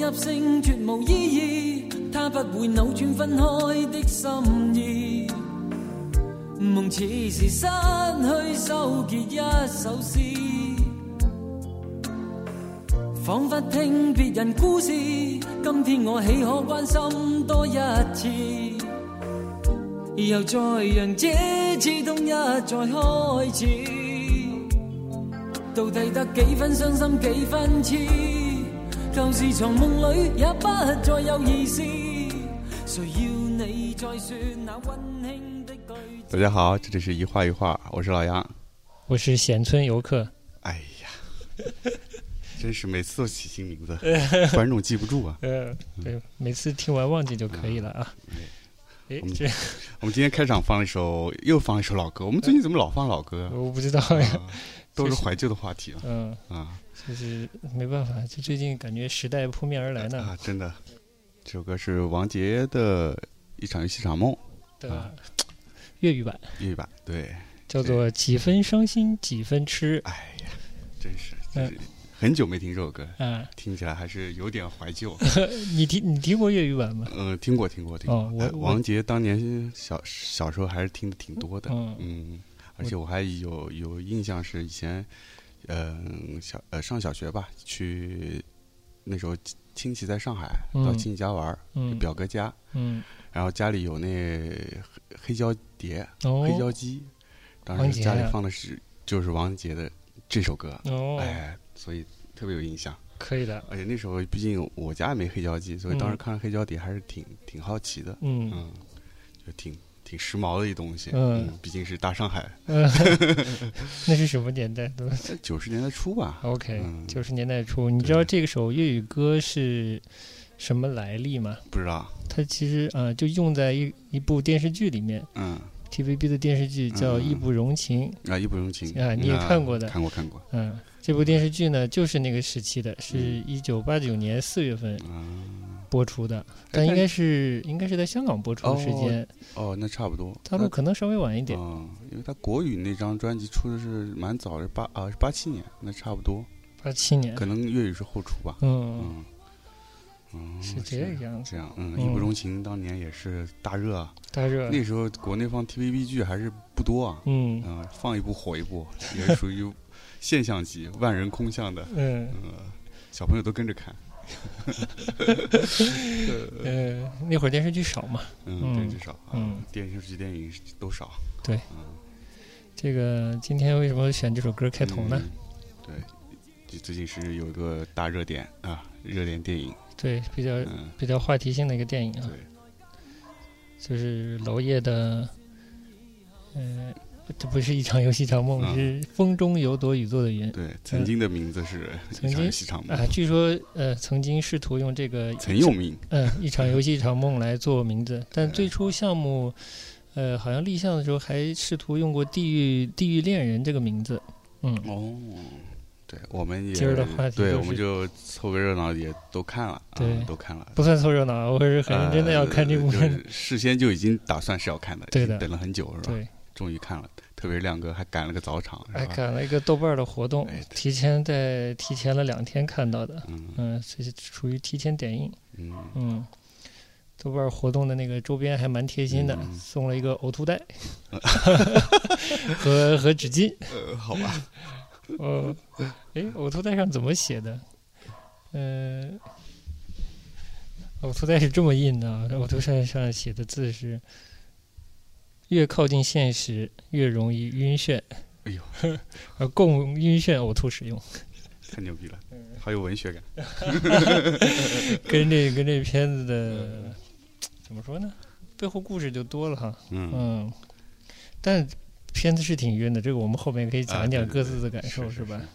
入聲絕無意義，它不會扭轉分開的心意。夢似是失去收結一首詩，彷彿聽別人故事，今天我豈可關心多一次，又再讓這刺痛一再開始，到底得幾分傷心幾分痴，舊時藏夢裏也不再有意思，誰要你再說那溫馨的句子。 大家好，这里是一画一画，我是老杨， 我是闲村游客。 哎呀，真是每次都起新名字，观众记不住啊。 对，每次听完忘记就可以了啊。 我们今天开场又放了一首老歌，我们最近怎么老放老歌？ 我不知道呀， 都是怀旧的话题了。 就是没办法，就最近感觉时代扑面而来呢。 啊，真的，这首歌是王杰的《一场游戏一场梦》 的粤语版。 粤语版对， 叫做几分伤心几分痴。 哎呀，真是。很久没听这首歌，听起来还是有点怀旧。 你听过粤语版吗？ 听过。王杰当年小时候还是听的挺多的，而且我还有印象是以前，上小学吧，去那时候亲戚在上海，到亲戚家玩，表哥家，然后家里有那黑胶碟、黑胶机，当时家里放的就是王杰的这首歌，所以特别有印象。 可以的， 而且那时候毕竟我家也没黑胶机，所以当时看到黑胶碟还是挺好奇的，就挺时髦的一东西，毕竟是大上海。 那是什么年代 ？90年代初吧。 OK， 90年代初，你知道这首粤语歌是什么来历吗？ 不知道。 它其实就用在一部电视剧里面。TVB 的电视剧叫《义不容情》 《义不容情》 你也看过的。 看过。 这部电视剧呢，就是那个时期的，是1989年4月份播出的，但应该是在香港播出的时间。 那差不多。 大陆可能稍微晚一点。 因为他国语那张专辑出的是蛮早的，87年，那差不多。 87年。 可能粤语是后出吧。 是这样。 这样，义不容情当年也是大热。那时候国内放 TVB 剧还是不多啊。放一部火一部，也是属于现象级、万人空巷的。小朋友都跟着看。 那会儿电视剧少嘛。 电视剧少。电视剧、电影都少。 对。这个今天为什么选这首歌开头呢？ 对，最近是有一个大热点热点电影。 对，比较话题性的一个电影啊。 对。 就是娄烨的，这不是一场游戏一场梦，是风中有朵雨做的云。 对，曾经的名字是一场游戏一场梦。 据说曾经试图用这个曾用名一场游戏一场梦来做名字，但最初项目好像立项的时候还试图用过地狱恋人这个名字。 对，我们也今儿的话题我们就凑个热闹，也都看了。都看了， 不算凑热闹，我是很认真的要看这部片子。 事先就已经打算是要看的， 对的， 等了很久是吧？ 对， 终于看了，特别是亮哥还赶了个早场， 还赶了一个豆瓣的活动，提前了2天看到的。这是属于提前点映。豆瓣活动的那个周边还蛮贴心的，送了一个呕吐袋和纸巾。 好吧。 呕吐袋上怎么写的？呕吐袋是这么印的，呕吐袋上写的字是：越靠近现实，越容易晕眩。 哎呦， 供晕眩呕吐使用。 太牛逼了，好有文学感。 跟这片子的怎么说呢？背后故事就多了哈。但片子是挺晕的，这个我们后面可以讲一讲各自的感受，是吧？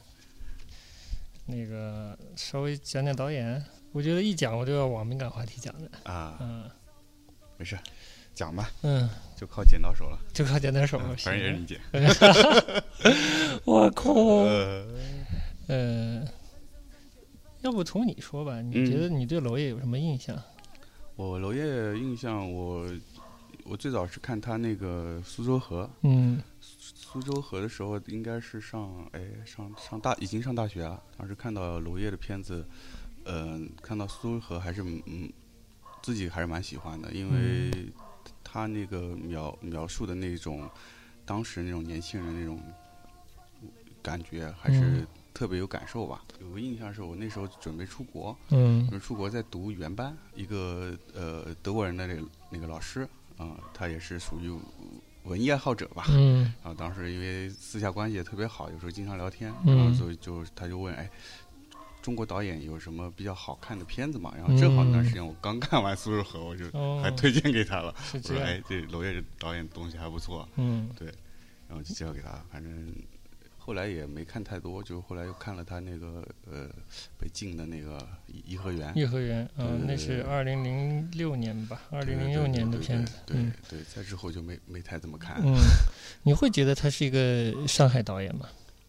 那个稍微讲讲导演，我觉得一讲我就要往敏感话题讲的没事，讲吧。就靠剪刀手了，反正也是你剪。 我靠！要不从你说吧？你觉得你对娄烨有什么印象？ 我娄烨印象我最早是看他那个苏州河，苏州河的时候应该是已经上大学了。当时看到娄烨的片子， 看到苏州河还是自己还是蛮喜欢的，因为他那个描述的那种当时那种年轻人那种感觉还是特别有感受吧。有个印象是我那时候准备出国，出国在读语言班，一个德国人的那个老师他也是属于文艺爱好者吧，然后当时因为私下关系也特别好，有时候经常聊天，然后所以他就问，中国导演有什么比较好看的片子嘛？然后正好那段时间我刚看完《苏州河》，我就还推荐给他了。我说这娄烨导演的东西还不错，对，然后就介绍给他。反正后来也没看太多，就后来又看了他那个北京的那个颐和园。 颐和园那是2006年吧，2006年的片子。 对，在之后就没太怎么看。 你会觉得他是一个上海导演吗？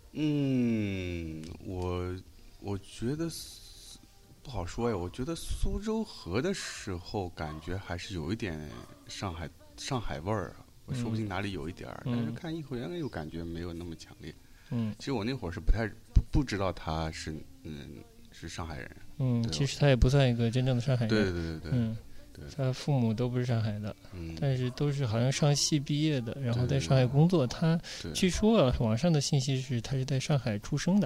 我觉得不好说呀。我觉得苏州河的时候，感觉还是有一点上海味儿，我说不定哪里有一点儿，但是看颐和园又感觉没有那么强烈。其实我那会儿是不知道他是上海人。 其实他也不算一个真正的上海人。对， 他父母都不是上海的，但是都是好像上戏毕业的，然后在上海工作。他据说网上的信息是他是在上海出生的。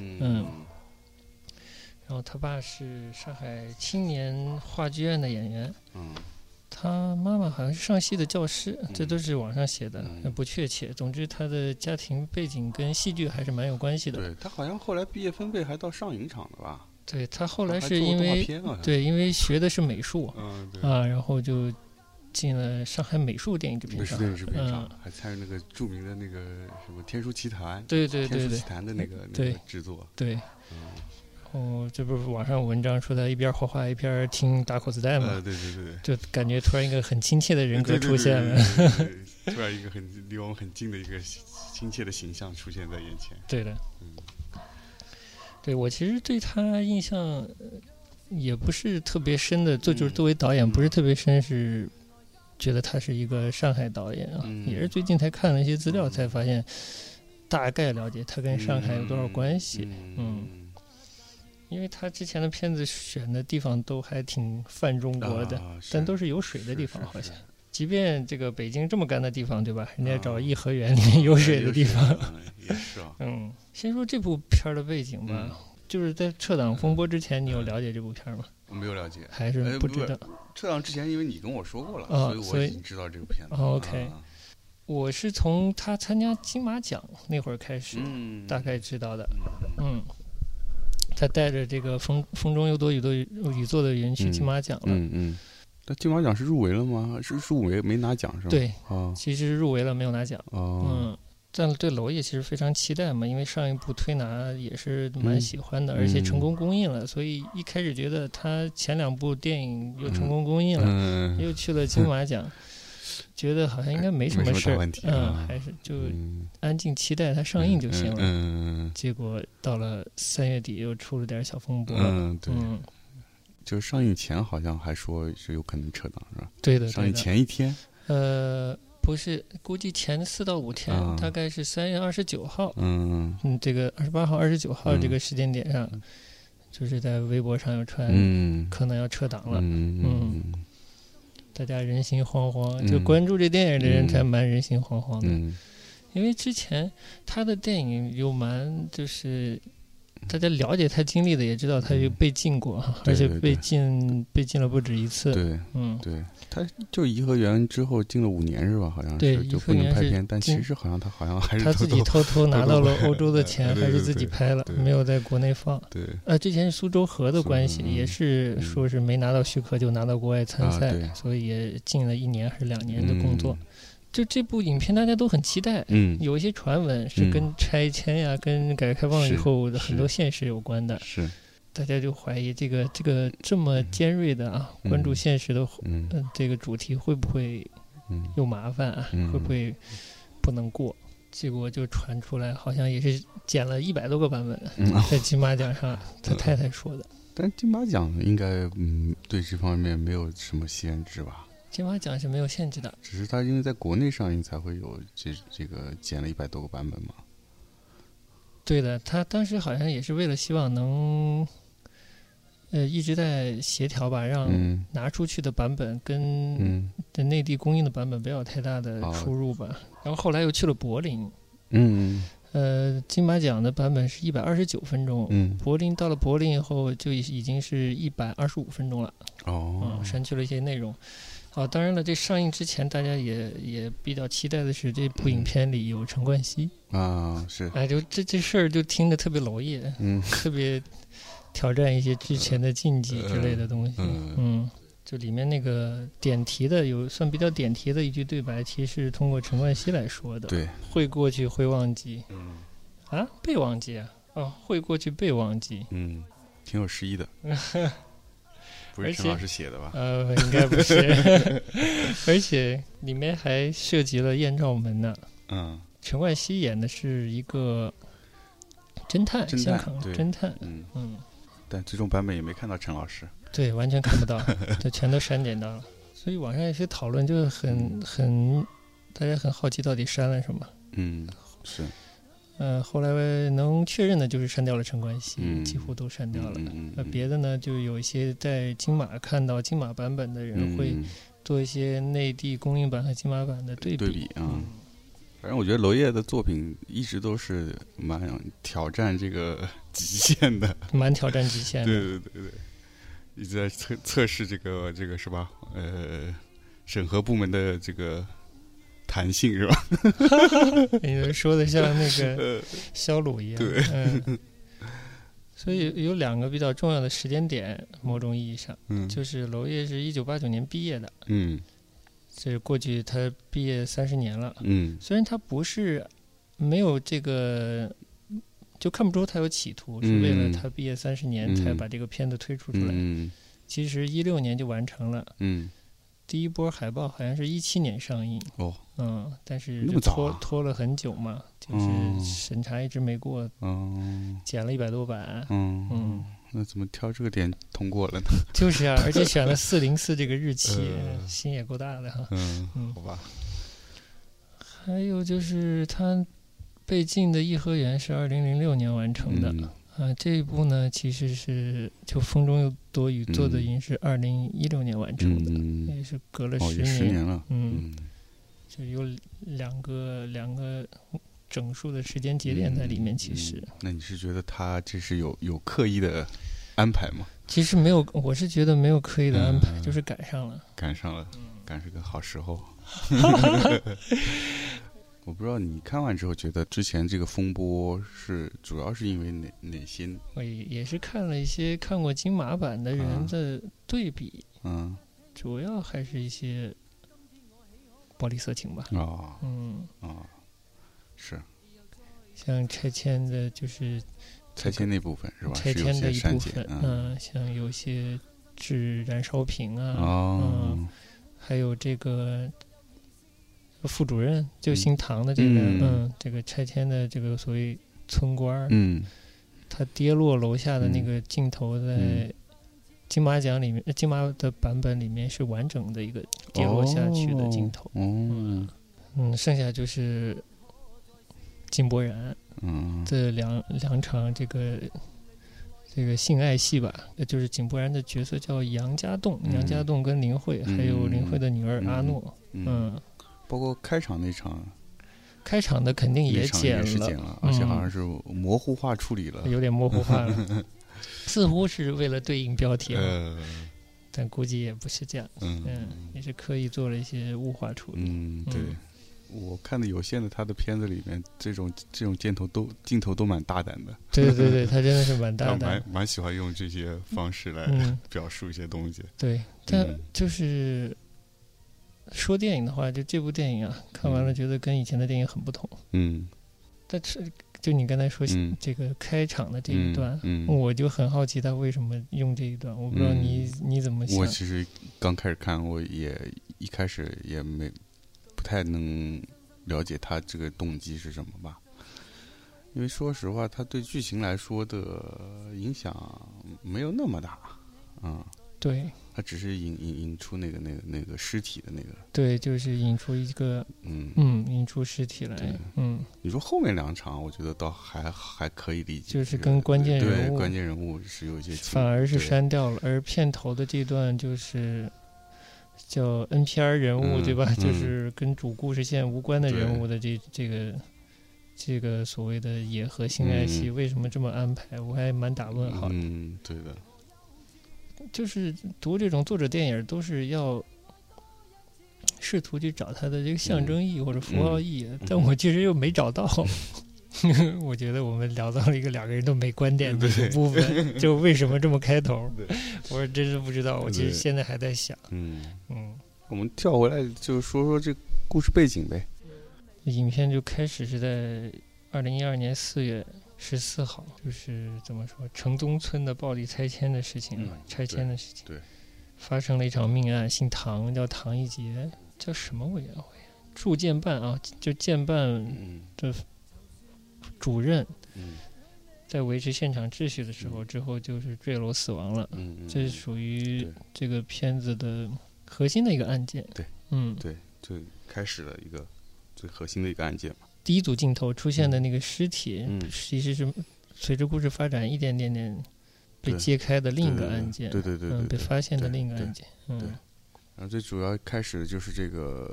然后他爸是上海青年话剧院的演员，他妈妈好像是上戏的教师，这都是网上写的，不确切。总之他的家庭背景跟戏剧还是蛮有关系的。 对，他好像后来毕业分配还到上影厂的吧？ 对，他后来是因为学的是美术，然后就进了上海美术电影制片厂， 还参与那个著名的那个什么《天书奇谭》， 对， 天书奇谭的那个制作， 对。这不是网上文章说他一边画画一边听打口子带嘛？ 对， 就感觉突然一个很亲切的人格出现了， 突然一个离我们很近的一个亲切的形象出现在眼前。 对的，对，我其实对他印象也不是特别深的，就是作为导演不是特别深，是觉得他是一个上海导演啊，也是最近才看了一些资料才发现，大概了解他跟上海有多少关系。因为他之前的片子选的地方都还挺泛中国的，但都是有水的地方，好像。即便这个北京这么干的地方，对吧？人家找颐和园里面有水的地方。 也是啊。 先说这部片的背景吧，就是在撤党风波之前，你有了解这部片吗？ 我没有了解， 还是不知道。 撤党之前，因为你跟我说过了，所以我已经知道这部片子。 OK。我是从他参加金马奖那会儿开始，大概知道的。他带着这个风中又多雨做的云去金马奖了。 但金马奖是入围了吗？是入围没拿奖是吧？ 对，其实入围了没有拿奖。但对娄烨其实非常期待嘛，因为上一部推拿也是蛮喜欢的，而且成功公映了，所以一开始觉得他前2部电影又成功公映了，又去了金马奖。觉得好像应该没什么事儿，还是就安静期待它上映就行了。结果到了3月底又出了点小风波。 对，就是上映前好像还说是有可能撤档，是吧？ 对的。 上映前1天？ 不是，估计前4到5天，大概是3月29号。这个28号、29号这个时间点上，就是在微博上有传，可能要撤档了。大家人心惶惶，就关注这电影的人才蛮人心惶惶的，因为之前他的电影有蛮就是大家了解他经历的也知道他就被禁过，而且被禁了不止一次。 对，对，他就颐和园之后禁了5年是吧？好像是就不能拍片，但其实好像他还是他自己偷偷拿到了欧洲的钱，还是自己拍了，没有在国内放。 对， 之前是苏州河的关系，也是说是没拿到许可就拿到国外参赛，所以也禁了1年还是2年的工作。就这部影片大家都很期待，有一些传闻是跟拆迁呀、跟改革开放以后的很多现实有关的， 是大家就怀疑这个这么尖锐的关注现实的这个主题会不会有麻烦会不会不能过？结果就传出来，好像也是剪了100多个版本，在金马奖上他太太说的。 但金马奖应该对这方面没有什么限制吧？ 金马奖是没有限制的， 只是他因为在国内上映才会有这个剪了100多个版本嘛。 对的，他当时好像也是为了希望能一直在协调吧，让拿出去的版本跟内地公映的版本不要有太大的出入吧。然后后来又去了柏林，金马奖的版本是129分钟，到了柏林以后就已经是125分钟了，删去了一些内容。当然了，这上映之前大家也比较期待的是这部影片里有陈冠希是， 就这事儿就听着特别娄烨，特别挑战一些之前的禁忌之类的东西，就里面那个点题的算比较点题的一句对白，其实是通过陈冠希来说的。 对， 会过去会忘记，被忘记会过去被忘记， 挺有诗意的。不是陈老师写的吧？ 应该不是。而且里面还涉及了艳照门呢。陈冠希演的是一个侦探，香港侦探。 但最终版本也没看到陈老师。 对，完全看不到，这全都删减到了。所以网上有些讨论就是大家很好奇到底删了什么。 是。 后来能确认的就是删掉了陈冠希，几乎都删掉了。别的呢，就有一些在金马看到金马版本的人会做一些内地公映版和金马版的对比。 反正我觉得娄烨的作品一直都是蛮挑战这个极限的， 蛮挑战极限的。 对，一直在测试这个是吧？审核部门的这个弹性是吧？ 你说的像那个肖鲁一样。 对， 所以有2个比较重要的时间点，某种意义上，就是娄烨是1989年毕业的，这过去他毕业30年了，虽然他不是没有这个，就看不出他有企图，是为了他毕业30年才把这个片子推出来，其实16年就完成了，第一波海报好像是17年上映，但是就拖了很久嘛，就是审查一直没过，剪了100多版， 那怎么挑这个点通过了呢？ 就是而且选了404这个日期，心也够大的哈。 好吧。 还有就是他被禁的颐和园是2006年完成的，这一部呢其实是就风中有多雨做的云是2016年完成的，也是隔了10 年了。 就有两个整数的时间节点在里面。其实， 那你是觉得他这是有刻意的安排吗？ 其实没有，我是觉得没有刻意的安排，就是赶上了，赶是个好时候。我不知道你看完之后觉得之前这个风波主要是因为哪些？ 我也是看了一些看过金马版的人的对比，主要还是一些暴力色情吧。 是， 像拆迁的，就是拆迁那部分是吧？ 拆迁的一部分，像有些制燃烧瓶还有这个副主任就姓唐的这个，这个拆迁的这个所谓村官，他跌落楼下的那个镜头在金马奖里面，金马的版本里面是完整的一个跌落下去的镜头。剩下就是井柏然这两场这个性爱戏吧，就是井柏然的角色叫杨家栋，杨家栋跟林慧，还有林慧的女儿阿诺， 包括开场那场， 开场的肯定也剪了，而且好像是模糊化处理了， 有点模糊化了，似乎是为了对应标题，但估计也不是这样，也是刻意做了一些物化处理， 对。我看的有限的他的片子里面，这种镜头都蛮大胆的。 对，他真的是蛮大胆， 蛮喜欢用这些方式来表述一些东西。 对，但就是说电影的话，就这部电影看完了觉得跟以前的电影很不同。但是就你刚才说这个开场的这一段，我就很好奇他为什么用这一段，我不知道你怎么想。 我其实刚开始看，我也一开始也不太能了解他这个动机是什么吧，因为说实话，他对剧情来说的影响没有那么大， 对， 它只是引出那个尸体的那个。 对，就是引出一个引出尸体来。 你说后面2场，我觉得倒还可以理解， 就是跟关键人物， 对关键人物是有一些反而是删掉了，而片头的这段就是叫 NPR 人物，对吧？就是跟主故事线无关的人物的这个所谓的野和性爱戏，为什么这么安排？我还蛮打问号的。 对的。 就是读这种作者电影，都是要试图去找它的这个象征意义或者符号意义，但我其实又没找到。我觉得我们聊到了一个2个人都没观点的部分，就为什么这么开头？我说真是不知道，我其实现在还在想。 我们跳回来就说说这故事背景呗。 影片就开始是在2012年4月14号，就是怎么说，城中村的暴力拆迁的事情，拆迁的事情， 对， 发生了一场命案，姓唐，叫唐一杰，叫什么委员会？驻建办啊，就建办的主任，在维持现场秩序的时候，之后就是坠楼死亡了。这是属于这个片子的核心的一个案件。 对，对，就开始了一个最核心的一个案件嘛。第一组镜头出现的那个尸体，其实是随着故事发展一点点被揭开的另一个案件。 对， 被发现的另一个案件。 对。然后最主要开始的就是这个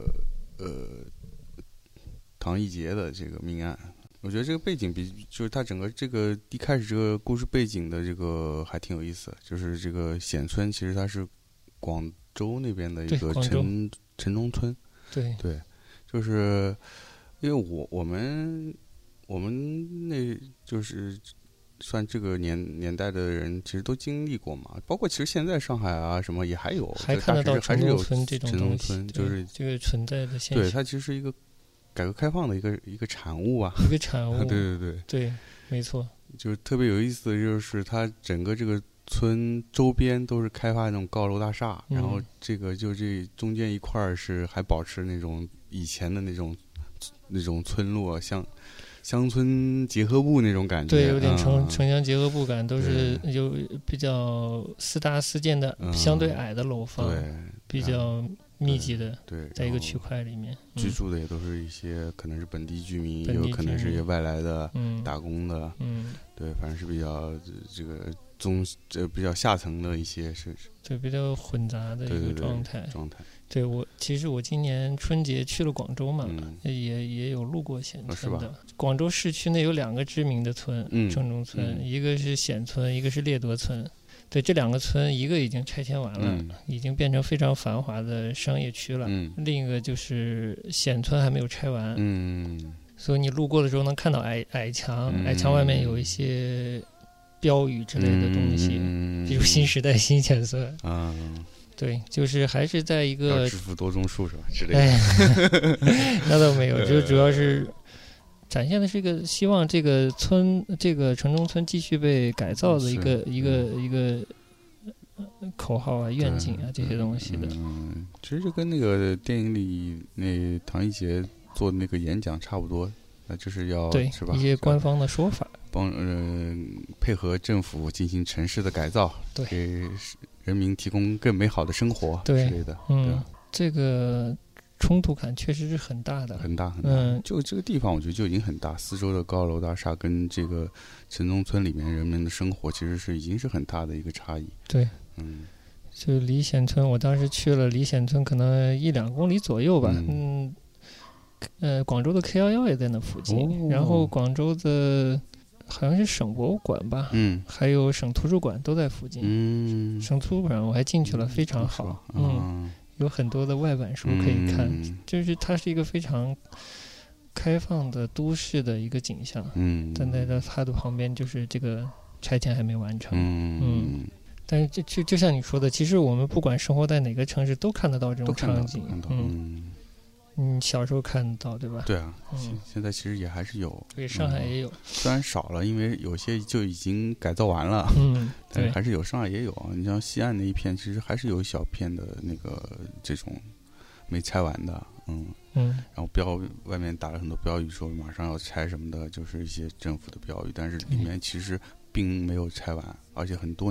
唐一杰的这个命案。我觉得这个背景就是他整个这个一开始这个故事背景的这个还挺有意思的，就是这个冼村其实它是广州那边的一个城中村。对，就是因为我们那就是算这个年代的人，其实都经历过嘛。包括其实现在上海啊什么也还有， 还看得到城中村这种东西， 就是这个存在的现象。 对，它其实是一个改革开放的一个产物啊， 一个产物。对，没错。 就是特别有意思的就是它整个这个村周边都是开发那种高楼大厦，然后这中间一块是还保持那种以前的那种村落，像乡村结合部那种感觉。 对，有点城乡结合部感，都是有比较4大4间的相对矮的楼房，比较密集的，在一个区块里面居住的也都是一些可能是本地居民，也有可能是一些外来的打工的，对，反正是比较这个比较下层的一些是， 对，比较混杂的一个状态。对，其实我今年春节去了广州嘛，也有路过冼村的。广州市区内有2个知名的村，城中村，一个是冼村，一个是猎德村。对，这2个村，一个已经拆迁完了，已经变成非常繁华的商业区了。另一个就是冼村还没有拆完。所以你路过的时候能看到矮墙，矮墙外面有一些标语之类的东西，比如新时代新冼村。对，就是还是在一个要致富多种树是吧之类的。 那倒没有，就主要是展现的是一个希望这个城中村继续被改造的一个口号啊、愿景啊这些东西的。 其实就跟那个电影里那唐一杰做的那个演讲差不多，那就是要是吧？ 一些官方的说法， 配合政府进行城市的改造，给人民提供更美好的生活之类的。 这个冲突感确实是很大的， 很大。就这个地方，我觉得就已经很大。四周的高楼大厦跟这个城中村里面人们的生活，其实已经是很大的一个差异。 对，就离冼村，我当时去了，离冼村可能1-2公里左右吧。广州的 K11也在那附近，然后广州的好像是省博物馆吧，还有省图书馆都在附近。省图书馆我还进去了，非常好。有很多的外版书可以看，就是它是一个非常开放的都市的一个景象。但在它的旁边就是这个拆迁还没完成。但是就像你说的，其实我们不管生活在哪个城市，都看得到这种场景。小时候看得到，对吧？ 对啊，现在其实也还是有。 对，上海也有， 虽然少了，因为有些就已经改造完了。但是还是有，上海也有。你像西岸那一片，其实还是有一小片的那个这种没拆完的。然后外面打了很多标语，说马上要拆什么的，就是一些政府的标语，但是里面其实并没有拆完，而且很多年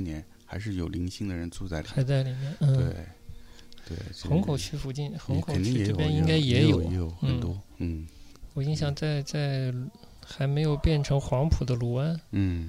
还是有零星的人住在里面， 还在里面。 对， 虹口区附近，虹口肯定区这边应该也有很多。 我印象在还没有变成黄埔的卢湾，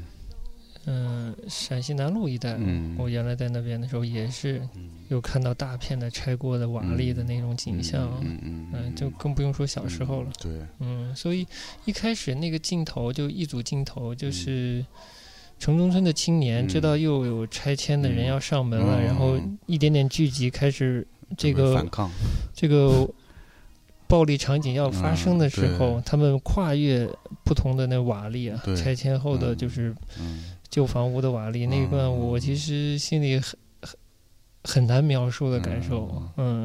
陕西南路一带，我原来在那边的时候也是有看到大片的拆过的瓦砾的那种景象，就更不用说小时候了。 对， 所以一开始那个镜头就一组镜头，就是城中村的青年知道又有拆迁的人要上门了，然后一点点聚集，开始这个反抗， 这个暴力场景要发生的时候，他们跨越不同的那瓦砾啊，拆迁后的就是旧房屋的瓦砾，那一段我其实心里很难描述的感受。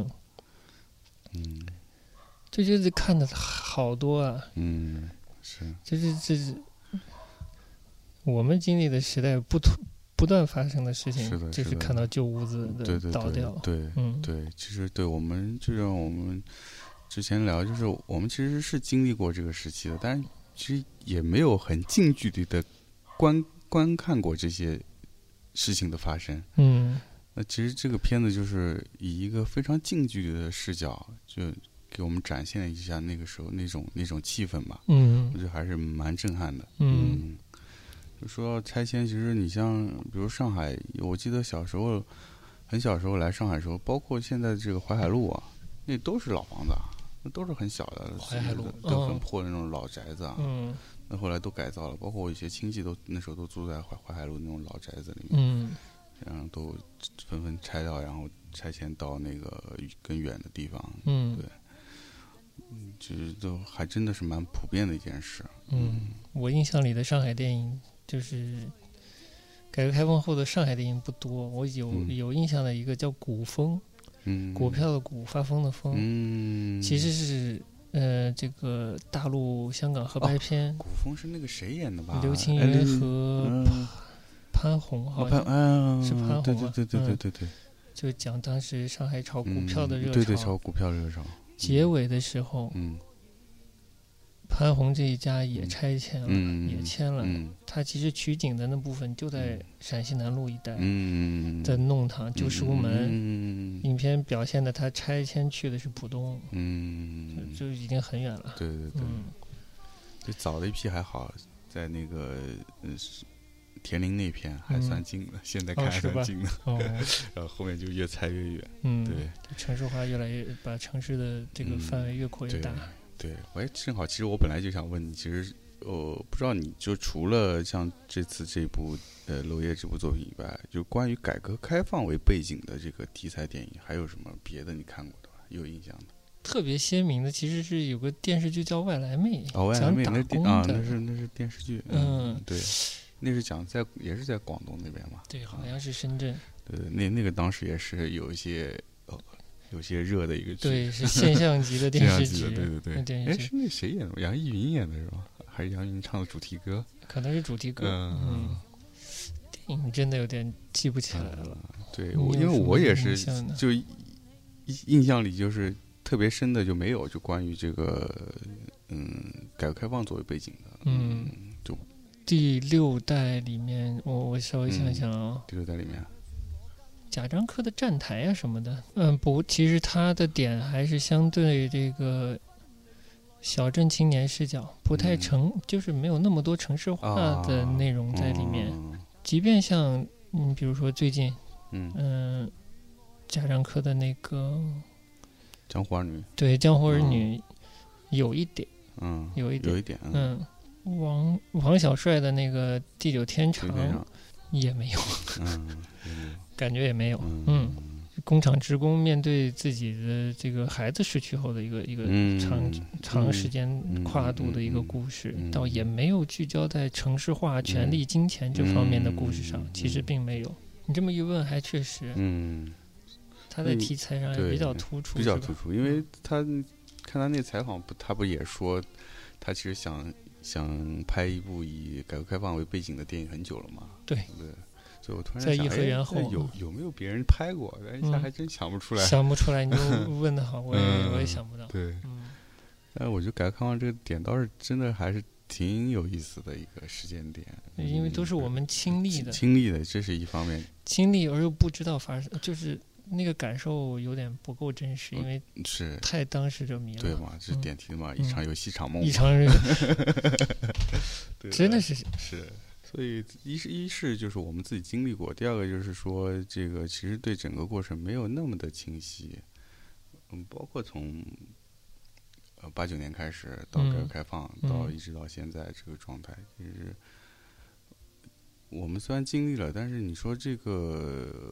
这就是看的好多啊。 是， 这是我们经历的时代不断发生的事情，就是看到旧屋子的倒掉。 对，其实对我们就让我们之前聊，就是我们其实是经历过这个时期的，但是其实也没有很近距离的观看过这些事情的发生。那其实这个片子就是以一个非常近距离的视角，就给我们展现了一下那个时候那种气氛吧。我觉得还是蛮震撼的。就说到拆迁，其实你像比如上海，我记得很小时候来上海的时候，包括现在这个淮海路啊，那都是老房子啊，那都是很小的淮海路都很破的那种老宅子啊。那后来都改造了，包括我一些亲戚那时候都住在淮海路那种老宅子里面。然后都纷纷拆掉，然后拆迁到那个更远的地方。对，其实都还真的是蛮普遍的一件事。 我印象里的上海电影，就是改革开放后的上海电影不多。我有印象的一个叫《古风》，股票的股，发疯的疯，其实是这个大陆香港合拍片。 古风是那个谁演的吧？ 刘青云和潘虹，好像是潘虹。 对， 就讲当时上海炒股票的热潮。 对，炒股票热潮。 结尾的时候，潘虹这一家也拆迁了，也迁了。他其实取景的那部分就在陕西南路一带，在弄堂旧石屋门。影片表现的他拆迁去的是浦东，就已经很远了。 对，最早的一批还好，在那个田林那片还算近的，现在看还算近的。然后后面就越拆越远。对， 城市化越来越把城市的这个范围越扩越大。 对，我也正好，其实我本来就想问你，其实不知道你就除了像这次这部娄烨这部作品以外，就关于改革开放为背景的这个题材电影，还有什么别的你看过的吧？有印象的？ 特别鲜明的其实是有个电视剧叫《外来妹》， 外来妹讲打工的。 那是电视剧。对，那是讲也是在广东那边嘛？ 对，好像是深圳。 对，那个当时也是有一些热的一个剧。 对，是现象级的电视剧。 对。是那谁演的？杨钰莹演的是吧？还是杨钰莹唱的主题歌？ 可能是主题歌。电影真的有点记不起来了。 对，因为我也是，就印象里就是特别深的就没有，就关于这个改革开放作为背景的。就第六代里面，我稍微想想啊。 第六代里面。 贾樟柯的站台啊什么的，不，其实他的点还是相对这个小镇青年视角，不太就是没有那么多城市化的内容在里面。即便像比如说最近，贾樟柯的那个 《江湖儿女》， 对，《江湖儿女》有一点， 有一点， 王小帅的那个《地久天长》也没有，感觉也没有。工厂职工面对自己的这个孩子逝去后的一个长时间跨度的一个故事，倒也没有聚焦在城市化、权力、金钱这方面的故事上，其实并没有。你这么一问，还确实，他在题材上也比较突出， 因为他看他那采访，他不也说，他其实想拍一部以改革开放为背景的电影很久了嘛？ 对。 所以我突然在颐和园后有没有别人拍过？一下还真想不出来。 想不出来，你就问的好，我也想不到。 对，但我觉得改革开放这个点倒是真的还是挺有意思的一个时间点， 因为都是我们亲历的， 这是一方面， 亲历而又不知道发生，就是那个感受有点不够真实，因为是太当事者迷了， 对嘛？这是点题的嘛，一场游戏场梦， 一场真的是。 所以一是就是我们自己经历过，第二个就是说这个其实对整个过程没有那么的清晰，包括从89年开始到改革开放，到一直到现在这个状态，就是我们虽然经历了，但是你说这个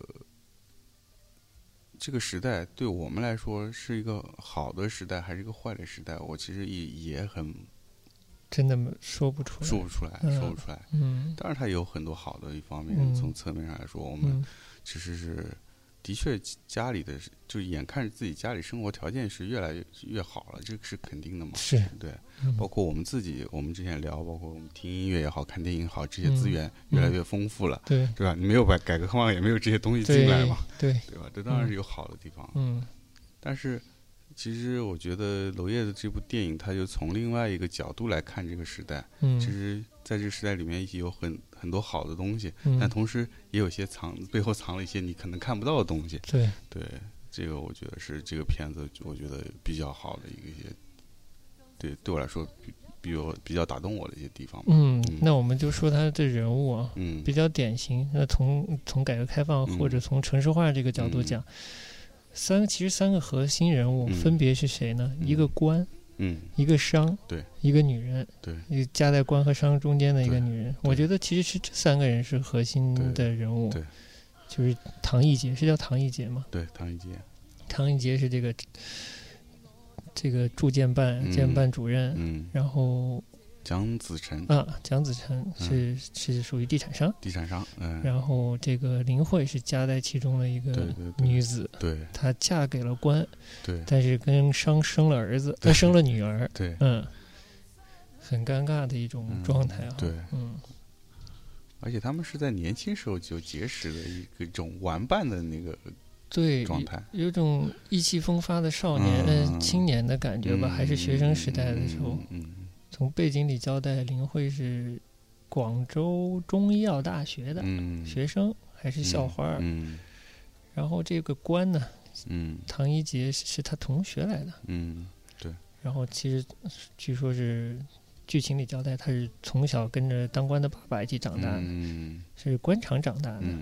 时代对我们来说是一个好的时代还是一个坏的时代，我其实也很真的说不出来。 当然它有很多好的一方面，从侧面上来说，我们其实是的确家里的就眼看着自己家里生活条件是越来越好了，这个是肯定的嘛。 是对，包括我们自己，我们之前聊，包括我们听音乐也好，看电影也好，这些资源越来越丰富了，对吧？你没有改革开放，也没有这些东西进来嘛，对吧？这当然是有好的地方，但是其实我觉得娄烨的这部电影，他就从另外一个角度来看这个时代，其实在这个时代里面也有很多好的东西，但同时也有些背后藏了一些你可能看不到的东西。对，这个我觉得是这个片子我觉得比较好的一些，对我来说比较打动我的一些地方。 那我们就说他的人物啊，比较典型。那从改革开放或者从城市化这个角度讲，其实三个核心人物分别是谁呢？一个官，一个商，对，一个女人，对，一个夹在官和商中间的一个女人。我觉得其实是这三个人是核心的人物，对，就是唐奕杰，是叫唐奕杰吗？对，唐奕杰是这个驻监办主任，然后蒋子晨是属于地产商，然后这个林慧是夹在其中的一个女子，对，她嫁给了官，对，但是跟商生了儿子，她生了女儿，对，很尴尬的一种状态啊，对， 而且他们是在年轻时候就结识的一种玩伴的那个状态， 有种意气风发的少年青年的感觉吧，还是学生时代的时候，从背景里交代，林慧是广州中医药大学的学生，还是校花，然后这个官呢，唐奕杰是他同学来的，对，然后其实据说是剧情里交代，他是从小跟着当官的爸爸一起长大的，是官场长大的，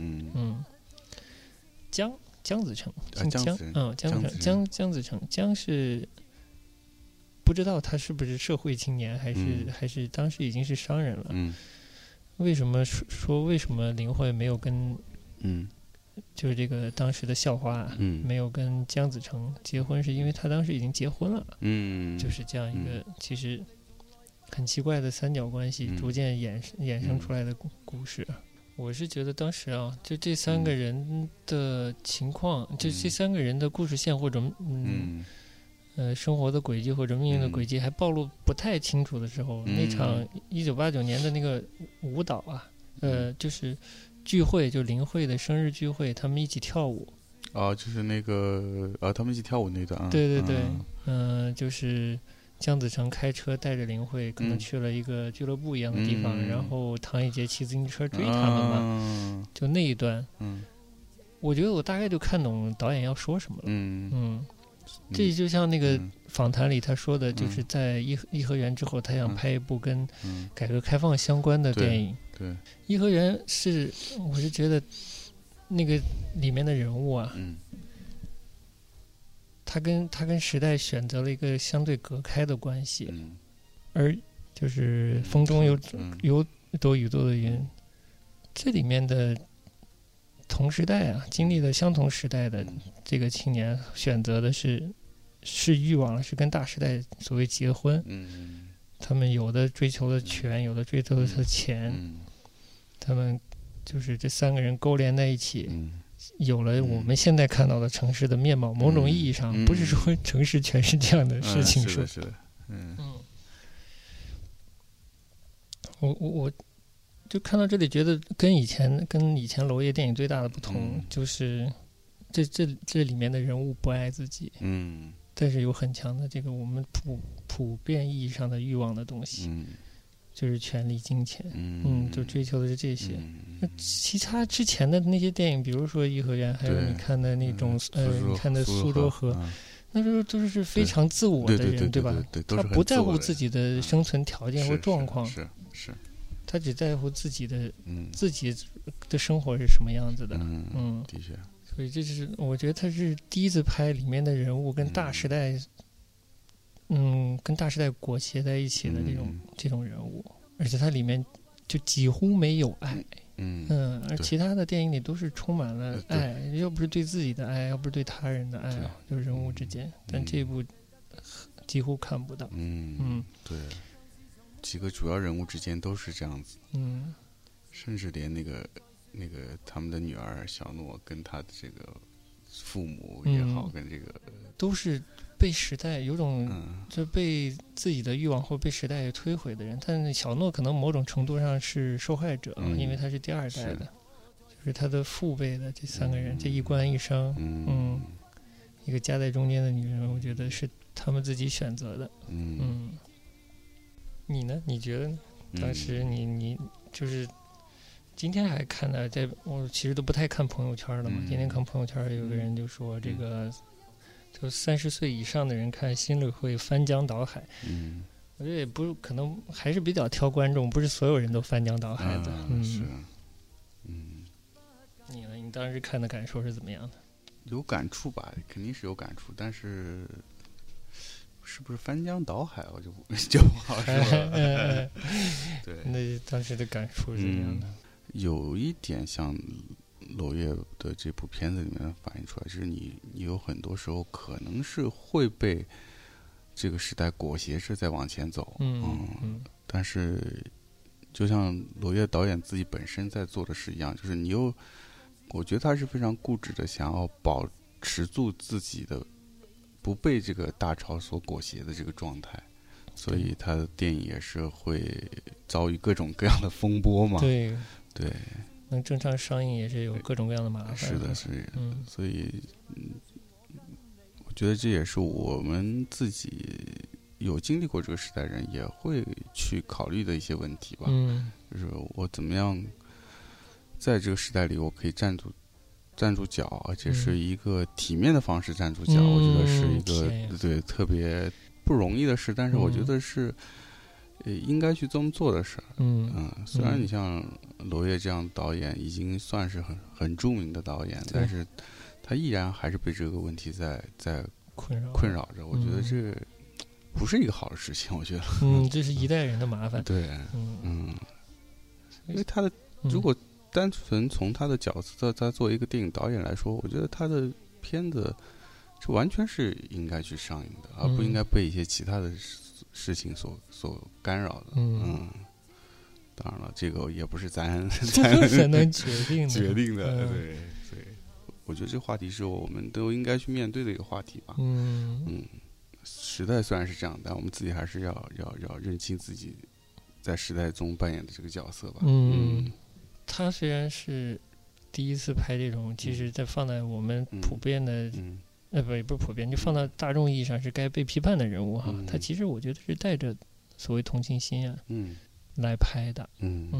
姜子成，姜子成，姜是不知道他是不是社会青年，还是当时已经是商人了。为什么为什么林慧没有跟就是这个当时的校花没有跟姜子成结婚，是因为他当时已经结婚了。就是这样一个其实很奇怪的三角关系逐渐衍生出来的故事。我是觉得当时啊，就这三个人的情况，就这三个人的故事线或者生活的轨迹或者命运的轨迹还暴露不太清楚的时候，那场1989年的那个舞蹈啊，就是聚会，就林慧的生日聚会，他们一起跳舞。 就是那个他们一起跳舞那段。 对，就是姜子成开车带着林慧，可能去了一个俱乐部一样的地方，然后唐奕杰骑自行车追他们嘛，就那一段，我觉得我大概就看懂导演要说什么了。这就像那个访谈里他说的，就是在颐和园之后，他想拍一部跟改革开放相关的电影。对，颐和园我是觉得那个里面的人物啊。他跟时代选择了一个相对隔开的关系，而就是风中有朵雨做的云，这里面的同时代啊，经历了相同时代的这个青年选择的是欲望了，是跟大时代所谓结婚。他们有的追求的权，有的追求的钱，他们就是这三个人勾连在一起。有了我们现在看到的城市的面貌，某种意义上不是说城市全是这样的事情， 是的， 我就看到这里，觉得跟以前娄烨电影最大的不同，就是这里面的人物不爱自己，但是有很强的这个我们普遍意义上的欲望的东西， 就是权力、金钱，就追求的是这些。那其他之前的那些电影，比如说《颐和园》，还有你看的那种你看的《苏州河》，那时候都是非常自我的人，对吧？他不在乎自己的生存条件或状况， 是， 他只在乎自己的生活是什么样子的。 的确。 所以这是我觉得他是第一次拍里面的人物跟大时代，跟大时代裹挟在一起的这种人物，而且它里面就几乎没有爱。而其他的电影里都是充满了爱，要不是对自己的爱，要不是对他人的爱，就是人物之间。但这部几乎看不到。 对，几个主要人物之间都是这样子。甚至连那个他们的女儿小诺跟他的这个父母也好，跟这个都是被时代有种就被自己的欲望或被时代摧毁的人。但小诺可能某种程度上是受害者，因为他是第二代的，就是他的父辈的这三个人，这一官一商，一个夹在中间的女人，我觉得是他们自己选择的。你呢？你觉得呢？当时你就是今天还看到，我其实都不太看朋友圈了嘛。今天看朋友圈，有个人就说这个。就30岁以上的人看心里会翻江倒海。我觉得也不可能，还是比较挑观众，不是所有人都翻江倒海的。 是。 你呢？你当时看的感受是怎么样的？ 有感触吧，肯定是有感触，但是是不是翻江倒海，我就不好说了。对， 那当时的感触是怎么样的？ 有一点像娄烨的这部片子里面反映出来，就是你有很多时候可能是会被这个时代裹挟着在往前走。但是就像娄烨导演自己本身在做的事一样，就是我觉得他是非常固执的，想要保持住自己的不被这个大潮所裹挟的这个状态，所以他的电影也是会遭遇各种各样的风波嘛。对。 能正常上映也是有各种各样的麻烦。 是的，所以我觉得这也是我们自己有经历过这个时代人也会去考虑的一些问题吧。就是我怎么样在这个时代里，我可以站住脚，而且是一个体面的方式站住脚。我觉得是一个特别不容易的事，但是我觉得是应该去这么做的事儿。虽然你像娄烨这样导演已经算是很著名的导演，但是他依然还是被这个问题在困扰着。我觉得这不是一个好的事情。我觉得这是一代人的麻烦。 对，因为他的如果单纯从他的角色，他作为一个电影导演来说，我觉得他的片子这完全是应该去上映的，而不应该被一些其他的事情所干扰的。当然了，这个也不是咱能决定的。对，我觉得这个话题是我们都应该去面对的一个话题吧。时代虽然是这样，但我们自己还是要认清自己在时代中扮演的这个角色吧。 他虽然是第一次拍这种，其实在放在我们普遍的，不是普遍，就放到大众意义上是该被批判的人物哈。他其实我觉得是带着所谓同情心来拍的。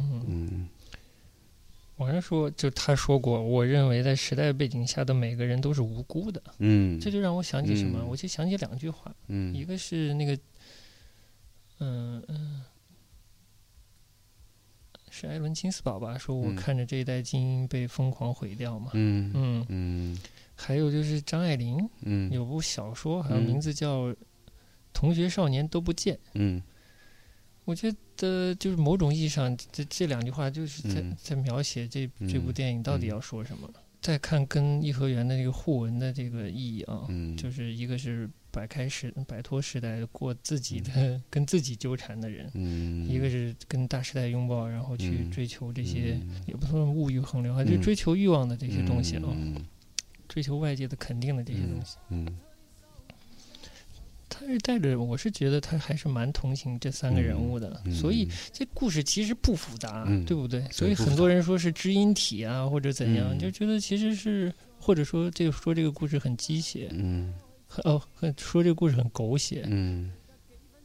网上说，就他说过，我认为在时代背景下的每个人都是无辜的。这就让我想起什么？我就想起2句话。一个是那个，是艾伦金斯堡吧？说我看着这一代精英被疯狂毁掉嘛。还有就是张爱玲，有部小说，好像名字叫《同学少年都不见》。我觉得就是某种意义上，这2句话就是在描写这部电影到底要说什么。再看跟颐和园的这个互文的这个意义啊，就是一个是摆脱时代过自己的跟自己纠缠的人，一个是跟大时代拥抱，然后去追求这些也不算物欲横流，还是追求欲望的这些东西啊，追求外界的肯定的这些东西。他是带着，我是觉得他还是蛮同情这3个人物的，所以这故事其实不复杂，对不对？所以很多人说是知音体啊，或者怎样，就觉得其实是，或者说这个故事很鸡血，说这个故事很狗血，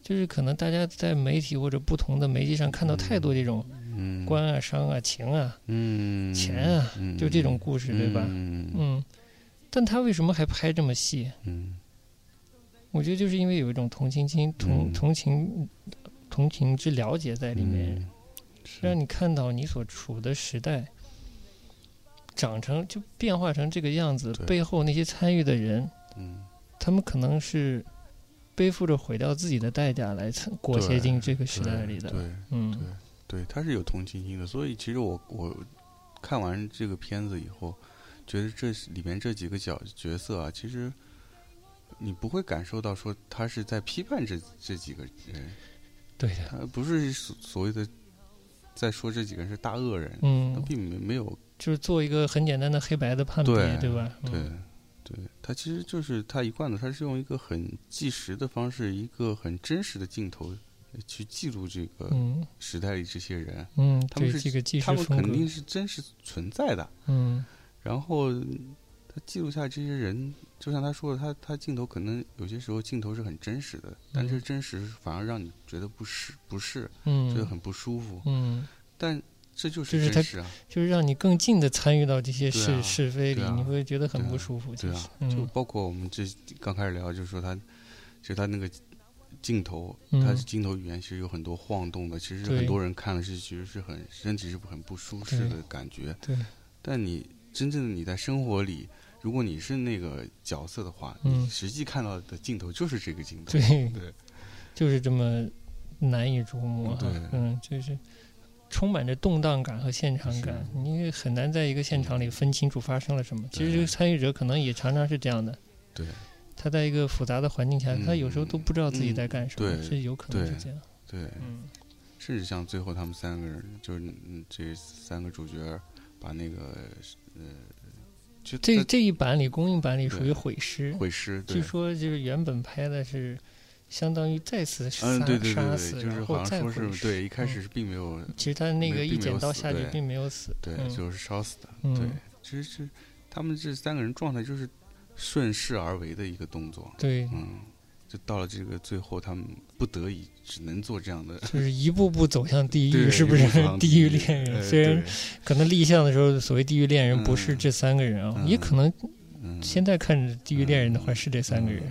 就是可能大家在媒体或者不同的媒介上看到太多这种官啊、商啊、情啊、钱啊，就这种故事，对吧？但他为什么还拍这么细？我觉得就是因为有一种同情心、同情之了解在里面，让你看到你所处的时代长成就变化成这个样子，背后那些参与的人，他们可能是背负着毁掉自己的代价来裹挟进这个时代里的。 对，他是有同情心的。所以其实我看完这个片子以后，觉得这里面这几个角色啊，其实你不会感受到说他是在批判这几个人。 对的， 他不是所谓的在说这几个人是大恶人，他并没有， 就是做一个很简单的黑白的判别，对吧？ 对，他其实就是他一贯的，他是用一个很纪实的方式，一个很真实的镜头去记录这个时代里这些人，他们是这个纪实他风格， 们肯定是真实存在的，然后他记录下这些人，就像他说的，他镜头可能有些时候镜头是很真实的，但这真实反而让你觉得不适，觉得很不舒服，但这就是真实啊， 就是让你更近的参与到这些是非里，你会觉得很不舒服。 对啊，就包括我们这刚开始聊，就是说他那个镜头，他的镜头语言其实有很多晃动的，其实很多人看了其实是身体是很不舒适的感觉。 对， 但你真正的你在生活里，如果你是那个角色的话，你实际看到的镜头就是这个镜头， 对，就是这么难以琢磨。 对， 就是充满着动荡感和现场感，你很难在一个现场里分清楚发生了什么。其实这个参与者可能也常常是这样的。 对， 他在一个复杂的环境下，他有时候都不知道自己在干什么，是有可能是这样。 对，甚至像最后他们三个人，就是这三个主角把那个就这一版里公映版里属于毁尸， 据说就是原本拍的是相当于再次杀死， 就是好像说是对，一开始是并没有， 其实他那个一剪刀下去并没有死， 对，就是烧死的，对，其实他们这三个人状态就是顺势而为的一个动作， 对， 就到了这个最后，他们不得已只能做这样的， 就是一步步走向地狱，是不是？地狱恋人，虽然可能立项的时候，所谓地狱恋人不是这三个人啊，也可能现在看着地狱恋人的话是这三个人，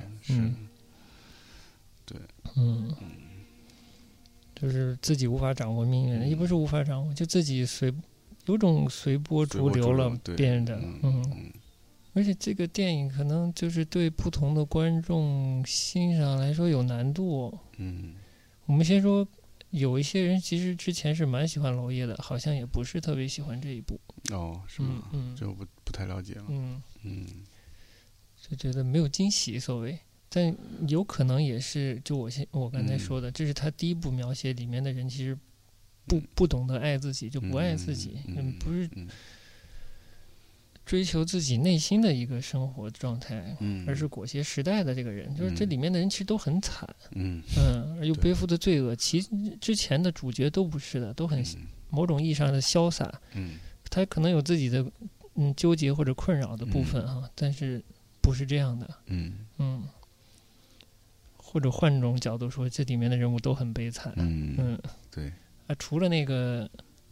对， 就是自己无法掌握命运，也不是无法掌握，就自己有种随波逐流了变的，而且这个电影可能就是对不同的观众欣赏来说有难度。我们先说，有一些人其实之前是蛮喜欢娄烨的，好像也不是特别喜欢这一部。 哦，是吗？这我不太了解了。 就觉得没有惊喜所谓，但有可能也是就我刚才说的，这是他第一部描写里面的人其实不懂得爱自己，就不爱自己，不是追求自己内心的一个生活状态，而是裹挟时代的这个人，就是这里面的人其实都很惨，而又背负的罪恶，其之前的主角都不是的，都很某种意义上的潇洒，他可能有自己的纠结或者困扰的部分啊，但是不是这样的，或者换种角度说，这里面的人物都很悲惨， 对啊，除了那个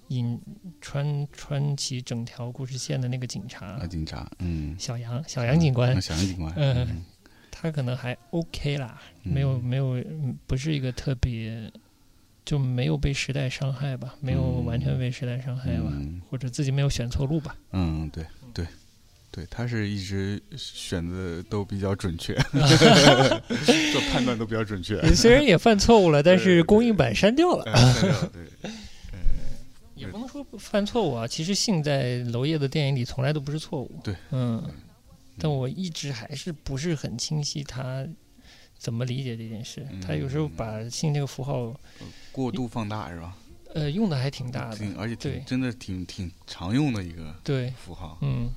穿起整条故事线的那个警察，小杨警官，他可能还 OK 啦，没有，不是一个特别，就没有被时代伤害吧，没有完全被时代伤害吧，或者自己没有选错路吧。 对，他是一直选的都比较准确，做判断都比较准确。 虽然也犯错误了，但是公映版删掉了。 对。 也不能说犯错误啊，其实性在娄烨的电影里从来都不是错误。 对， 但我一直还是不是很清晰他怎么理解这件事。他有时候把性这个符号过度放大是吧？ 用的还挺大的， 而且真的挺常用的一个符号。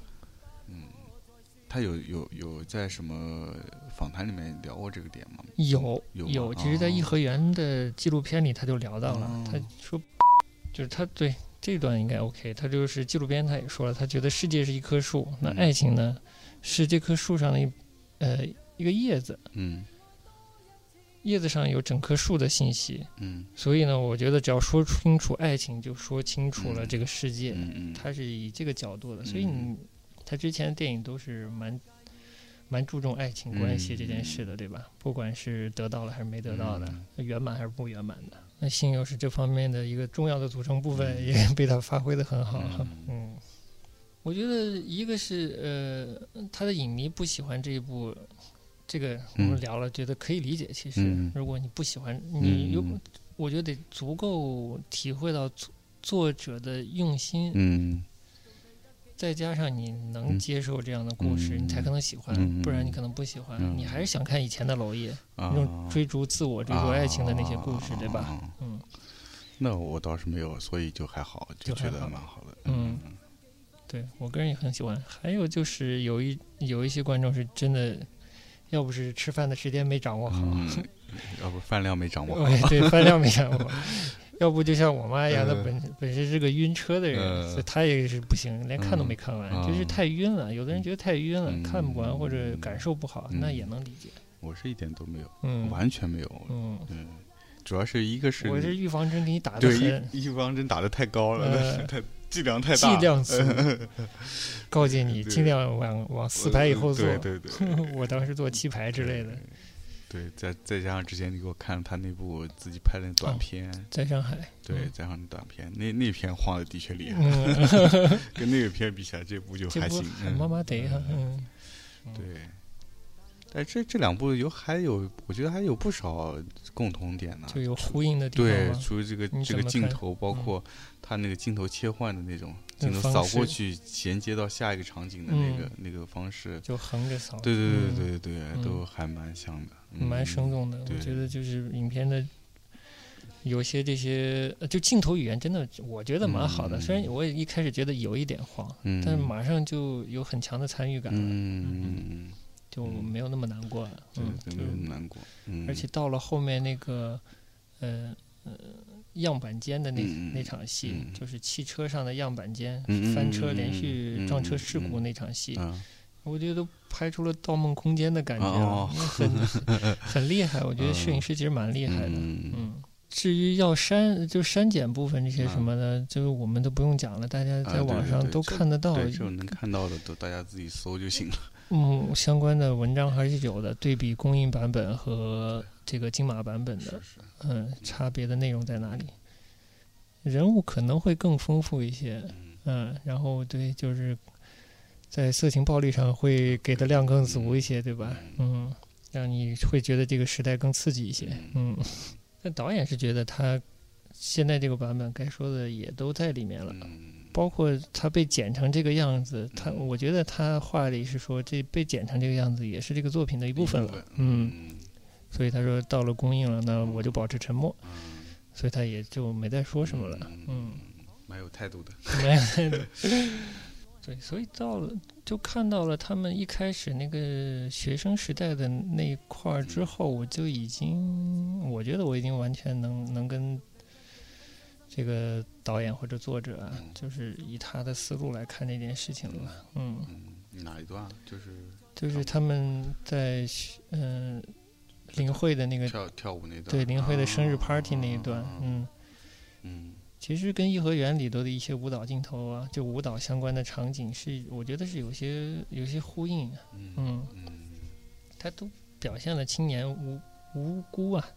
他有在什么访谈里面聊过这个点吗？ 有，其实在颐和园的纪录片里他就聊到了，他说。就是他对这段应该 OK， 他就是纪录片他也说了，他觉得世界是一棵树，那爱情呢是这棵树上的一个叶子， 叶子上有整棵树的信息，所以呢，我觉得只要说清楚爱情，就说清楚了这个世界，他是以这个角度的，所以他之前的电影都是蛮注重爱情关系这件事的，对吧？不管是得到了还是没得到的，圆满还是不圆满的，那性又是这方面的一个重要的组成部分，也被他发挥得很好。我觉得一个是他的影迷不喜欢这一部，这个我们聊了，觉得可以理解。其实如果你不喜欢，我觉得得足够体会到作者的用心，再加上你能接受这样的故事，你才可能喜欢，不然你可能不喜欢。你还是想看以前的娄烨那种追逐自我、追逐爱情的那些故事，对吧？ 那我倒是没有，所以就还好，就觉得蛮好的。 对，我个人也很喜欢。还有就是有一些观众是真的，要不是吃饭的时间没掌握好， 要不饭量没掌握好， 对，饭量没掌握好，要不就像我妈一样，她本身是个晕车的人，所以她也是不行，连看都没看完，就是太晕了。有的人觉得太晕了，看不完或者感受不好，那也能理解。 我是一点都没有，完全没有。主要是一个是我这预防针给你打的很， 预防针打的太高了，剂量太大， 剂量足，告诫你尽量往4排以后坐。 对， 我当时坐7排之类的。 对，再加上之前你给我看了他那部自己拍的短片， 在上海。 对，加上短片，那片晃的的确厉害，跟那个片比起来，这部就还行， 麻麻得哈。 对。但这两部我觉得还有不少共同点呢， 就有呼应的地方。 对，除了这个镜头，包括他那个镜头切换的那种镜头扫过去，衔接到下一个场景的那个方式， 就横着扫。 对，都还蛮像的， 蛮生动的。我觉得就是影片的有些这些就镜头语言真的，我觉得蛮好的。虽然我也一开始觉得有一点晃，但是马上就有很强的参与感了。就没有那么难过了， 没有那么难过。 而且到了后面那个样板间的那场戏，就是汽车上的样板间翻车连续撞车事故那场戏，我觉得都拍出了《盗梦空间》的感觉，很厉害。我觉得摄影师其实蛮厉害的。至于要删减部分这些什么的，就我们都不用讲了，大家在网上都看得到。 这种能看到的都大家自己搜就行了。 相关的文章还是有的，对比公映版本和这个金马版本的，差别的内容在哪里？人物可能会更丰富一些，然后对，就是在色情暴力上会给的量更足一些，对吧？让你会觉得这个时代更刺激一些，但导演是觉得他现在这个版本该说的也都在里面了。包括他被剪成这个样子，我觉得他话里是说，这被剪成这个样子也是这个作品的一部分了。所以他说到了公映了，那我就保持沉默。所以他也就没再说什么了。 蛮有态度的。 蛮有态度。对，所以就看到了他们一开始那个学生时代的那一块之后，我觉得我已经完全能跟这个导演或者作者就是以他的思路来看这件事情了。 哪一段？ 就是他们在林慧的那个跳舞那段， 对，林慧的生日 party 那一段，其实跟颐和园里头的一些舞蹈镜头啊，就舞蹈相关的场景我觉得是有些呼应。他都表现了青年无辜啊。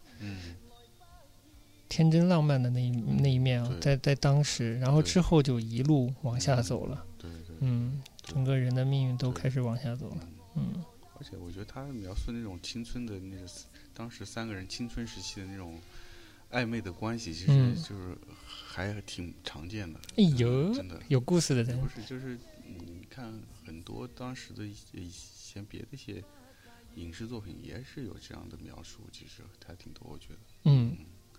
天真浪漫的那一面啊，在当时，然后之后就一路往下走了。整个人的命运都开始往下走了。 而且我觉得他描述那种青春的那个，当时3个人青春时期的那种暧昧的关系，其实就是还挺常见的。 哎呦， 真的有故事的， 不是就是你看很多当时的一些别的一些影视作品也是有这样的描述，其实还挺多，我觉得。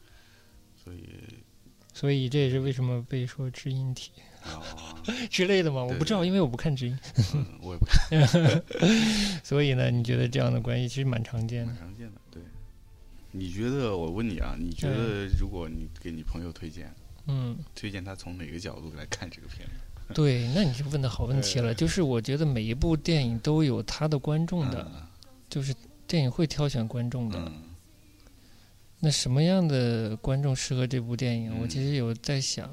所以这也是为什么被说知音体之类的嘛，我不知道，因为我不看知音。 我也不看。 所以呢，你觉得这样的关系其实蛮常见的？ 蛮常见的，对。你觉得，我问你啊，你觉得如果你给你朋友推荐，推荐他从哪个角度来看这个片子？ 对，那你就问的好问题了。就是我觉得每一部电影都有他的观众的，就是电影会挑选观众的。 那什么样的观众适合这部电影？我其实有在想。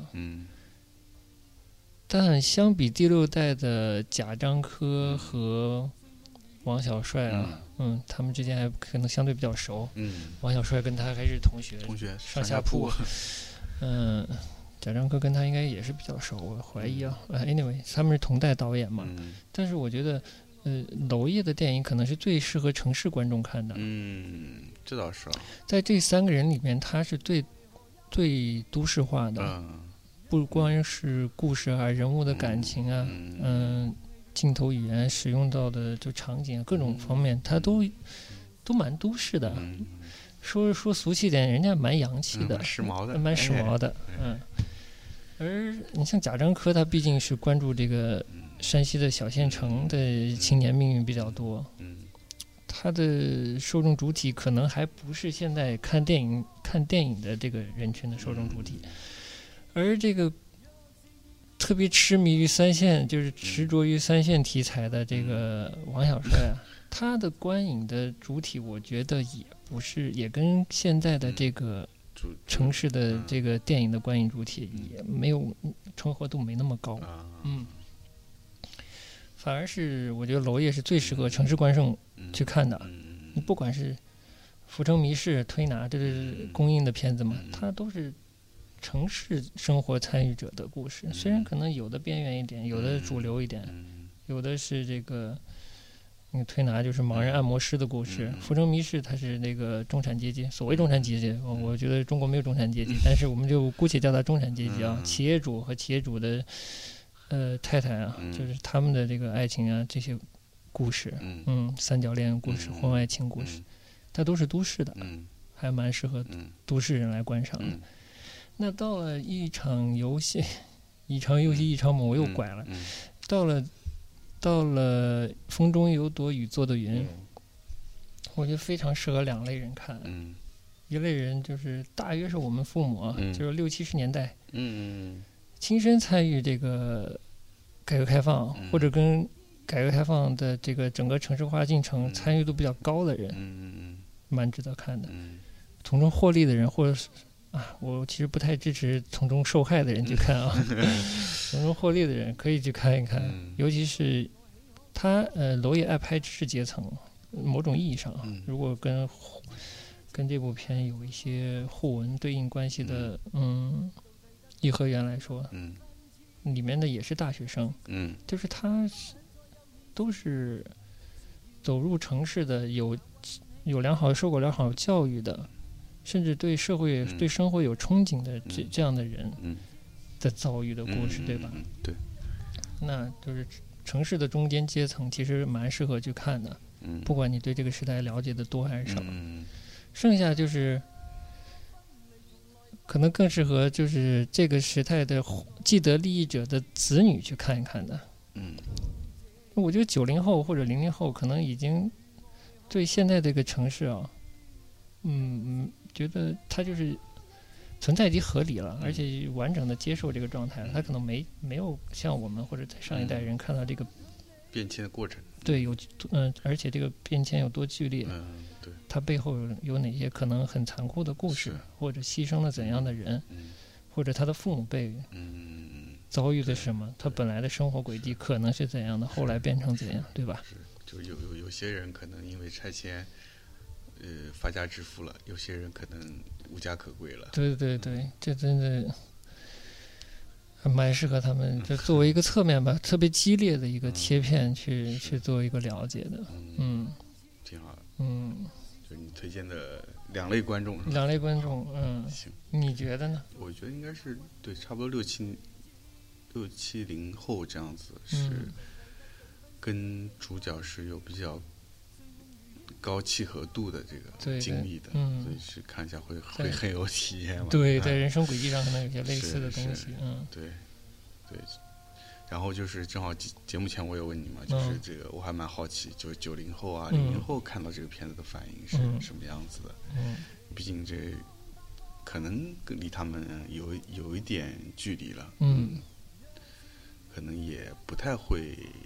但相比第6代的贾樟柯和王小帅啊，他们之间还可能相对比较熟。王小帅跟他还是同学上下铺。贾樟柯跟他应该也是比较熟，我怀疑啊。anyway， 他们是同代导演嘛。但是我觉得，娄烨的电影可能是最适合城市观众看的。 这倒是啊。 在这3个人里面，他是最都市化的。不光是故事啊，人物的感情啊，镜头语言使用到的就场景各种方面，它都蛮都市的。说俗气点，人家蛮洋气的，蛮时髦的。而你像贾樟柯，他毕竟是关注这个山西的小县城的青年命运比较多。他的受众主体可能还不是现在看电影的这个人群的受众主体。而这个特别痴迷于3线，就是执着于3线题材的这个王小帅啊，他的观影的主体，我觉得也跟现在的这个城市的这个电影的观影主体也没有重合度没那么高。反而是我觉得娄烨是最适合城市观众去看的。你不管是《浮城谜事》《推拿》，这是公映的片子嘛，它都是城市生活参与者的故事，虽然可能有的边缘一点，有的主流一点，有的是这个推拿就是盲人按摩师的故事，浮城谜事它是那个中产阶级，所谓中产阶级，我觉得中国没有中产阶级，但是我们就姑且叫它中产阶级啊，企业主和企业主的太太啊，就是他们的这个爱情啊这些故事，三角恋故事、婚外情故事，它都是都市的，还蛮适合都市人来观赏的。那到了一场游戏一场梦，我又拐了。到了风中有朵雨做的云，我觉得非常适合2类人看。一类人就是大约是我们父母啊，就是60、70年代，亲身参与这个改革开放，或者跟改革开放的这个整个城市化进程参与度比较高的人，蛮值得看的。从中获利的人，或者是我其实不太支持从中受害的人去看啊，从中获利的人可以去看一看，尤其是他娄烨爱拍知识阶层，某种意义上如果跟这部片有一些互文对应关系的，颐和园来说，里面的也是大学生，就是他都是走入城市的，有受过良好教育的。甚至对社会、对生活有憧憬的这样的人的遭遇的故事，对吧？ 对。 那就是城市的中间阶层，其实蛮适合去看的。不管你对这个时代了解的多还是少。剩下就是可能更适合就是这个时代的既得利益者的子女去看一看的。我觉得90后或者00后可能已经对现在这个城市啊，觉得它就是存在即合理了，而且完整的接受这个状态了。他可能没有像我们或者在上一代人看到这个变迁的过程。 对，而且这个变迁有多剧烈， 对， 它背后有哪些可能很残酷的故事，或者牺牲了怎样的人，或者他的父母辈遭遇的什么，他本来的生活轨迹可能是怎样的，后来变成怎样，对吧？ 就有些人可能因为拆迁。发家致富了，有些人可能无家可归了。对， 这真的还蛮适合他们，就作为一个侧面吧，特别激烈的一个切片去做一个了解的。 挺好的。就是你推荐的2类观众。 2类观众， 行。 你觉得呢？ 我觉得应该是对，差不多60、70后这样子，是跟主角是有比较高契合度的这个经历的，所以是看一下会很有体验嘛。 对，在人生轨迹上可能有些类似的东西。 对。然后就是正好节目前我有问你嘛，就是这个我还蛮好奇，就是90后啊、00后看到这个片子的反应是什么样子的。毕竟这可能离他们有一点距离了。可能也不太会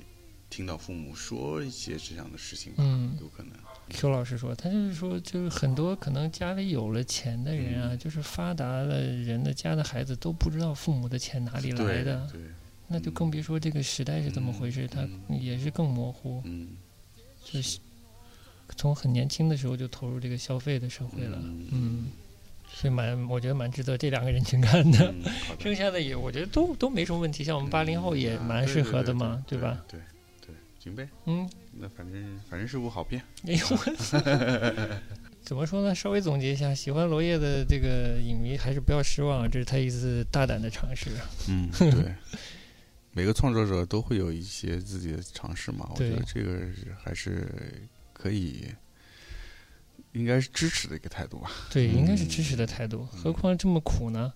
听到父母说一些这样的事情吧，有可能。 Q 老师说，他就是说，就是很多可能家里有了钱的人啊，就是发达了人的家的孩子都不知道父母的钱哪里来的， 对， 那就更别说这个时代是怎么回事，他也是更模糊。就是从很年轻的时候就投入这个消费的社会了，所以我觉得蛮值得这2个人群看的。剩下的也我觉得都没什么问题，像我们80后也蛮适合的嘛， 对吧？ 对，行呗。那反正是部好片。 哎呦，怎么说呢？稍微总结一下，喜欢娄烨的这个影迷还是不要失望，这是他一次大胆的尝试。 对。每个创作者都会有一些自己的尝试嘛，我觉得这个还是可以，应该是支持的一个态度吧。 对，应该是支持的态度。何况这么苦呢？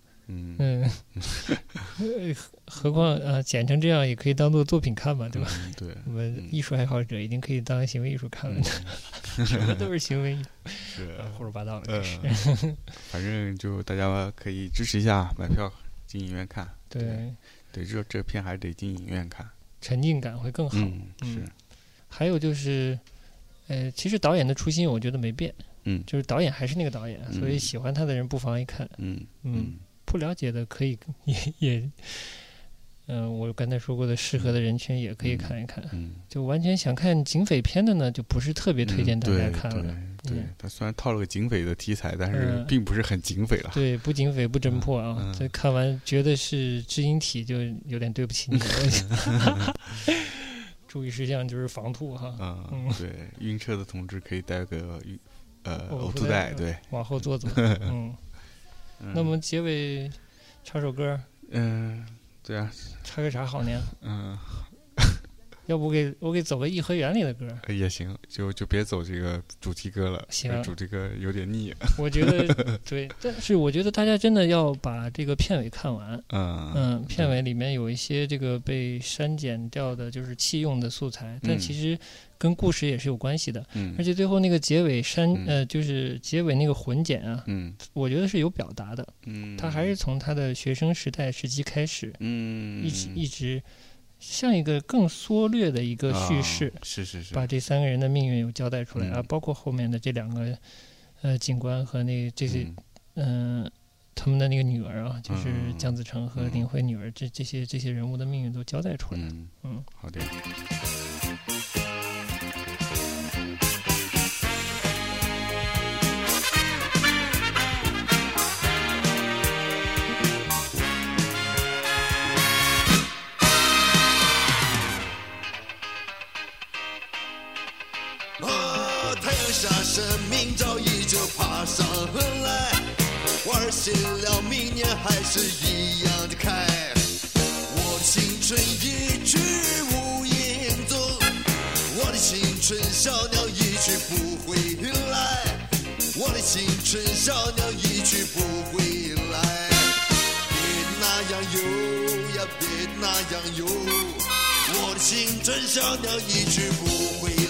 何况剪成这样也可以当做作品看嘛，对吧？ 对， 我们艺术爱好者已经可以当行为艺术看了，什么都是行为艺术， 是胡说八道了。 反正就大家可以支持一下，买票进影院看。对，这片还得进影院看， 沉浸感会更好。 是。 还有就是，其实导演的初心我觉得没变，就是导演还是那个导演，所以喜欢他的人不妨一看，不了解的可以也，我刚才说过的适合的人群也可以看一看。就完全想看警匪片的呢，就不是特别推荐大家看了。 对，他虽然套了个警匪的题材，但是并不是很警匪了。 对，不警匪不侦破啊！这看完觉得是知音体，就有点对不起你了。注意事项就是防吐哈。 对，晕车的同志可以带个呕吐袋，对， 往后坐。那我们结尾插首歌。 对啊。 插个啥好呢？要不我给走个颐和园里的歌也行，就别走这个主题歌了。 行， 主题歌有点腻。 我觉得对，但是我觉得大家真的要把这个片尾看完。片尾里面有一些这个被删减掉的，就是弃用的素材，但其实跟故事也是有关系的。而且最后那个结尾就是结尾那个混剪啊，我觉得是有表达的。他还是从他的学生时期开始，一直。像一个更缩略的一个叙事， 是， 把这3个人的命运有交代出来包括后面的这2个警官和这些他们的那个女儿啊，就是姜子成和林慧女儿，这些人物的命运都交代出来。 好的。 生命早已就爬上来，玩醒了明年还是一样的开。我的青春一去无影踪，我的青春小鸟一去不回来，我的青春小鸟一去不回来。别那样游呀，别那样游，我的青春小鸟一去不回来。